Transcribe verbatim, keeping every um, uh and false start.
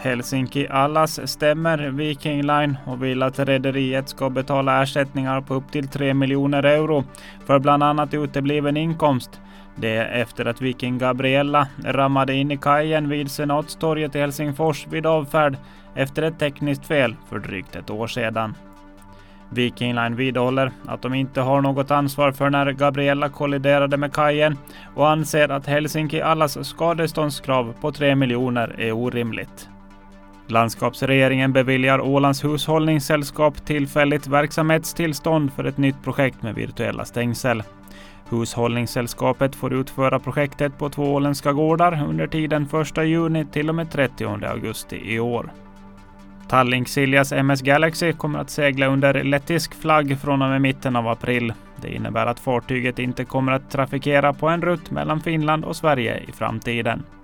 Helsinki Allas stämmer Viking Line och vill att rederiet ska betala ersättningar på upp till tre miljoner euro för bland annat utebliven inkomst. Det är efter att Viking Gabriella rammade in i kajen vid Senatstorget i Helsingfors vid avfärd efter ett tekniskt fel för drygt ett år sedan. Viking Line vidhåller att de inte har något ansvar för när Gabriella kolliderade med kajen och anser att Helsinki Allas skadeståndskrav på tre miljoner är orimligt. Landskapsregeringen beviljar Ålands hushållningssällskap tillfälligt verksamhetstillstånd för ett nytt projekt med virtuella stängsel. Hushållningssällskapet får utföra projektet på två åländska gårdar under tiden första juni till och med trettionde augusti i år. Tallink Siljas M S Galaxy kommer att segla under lettisk flagg från och med mitten av april. Det innebär att fartyget inte kommer att trafikera på en rutt mellan Finland och Sverige i framtiden.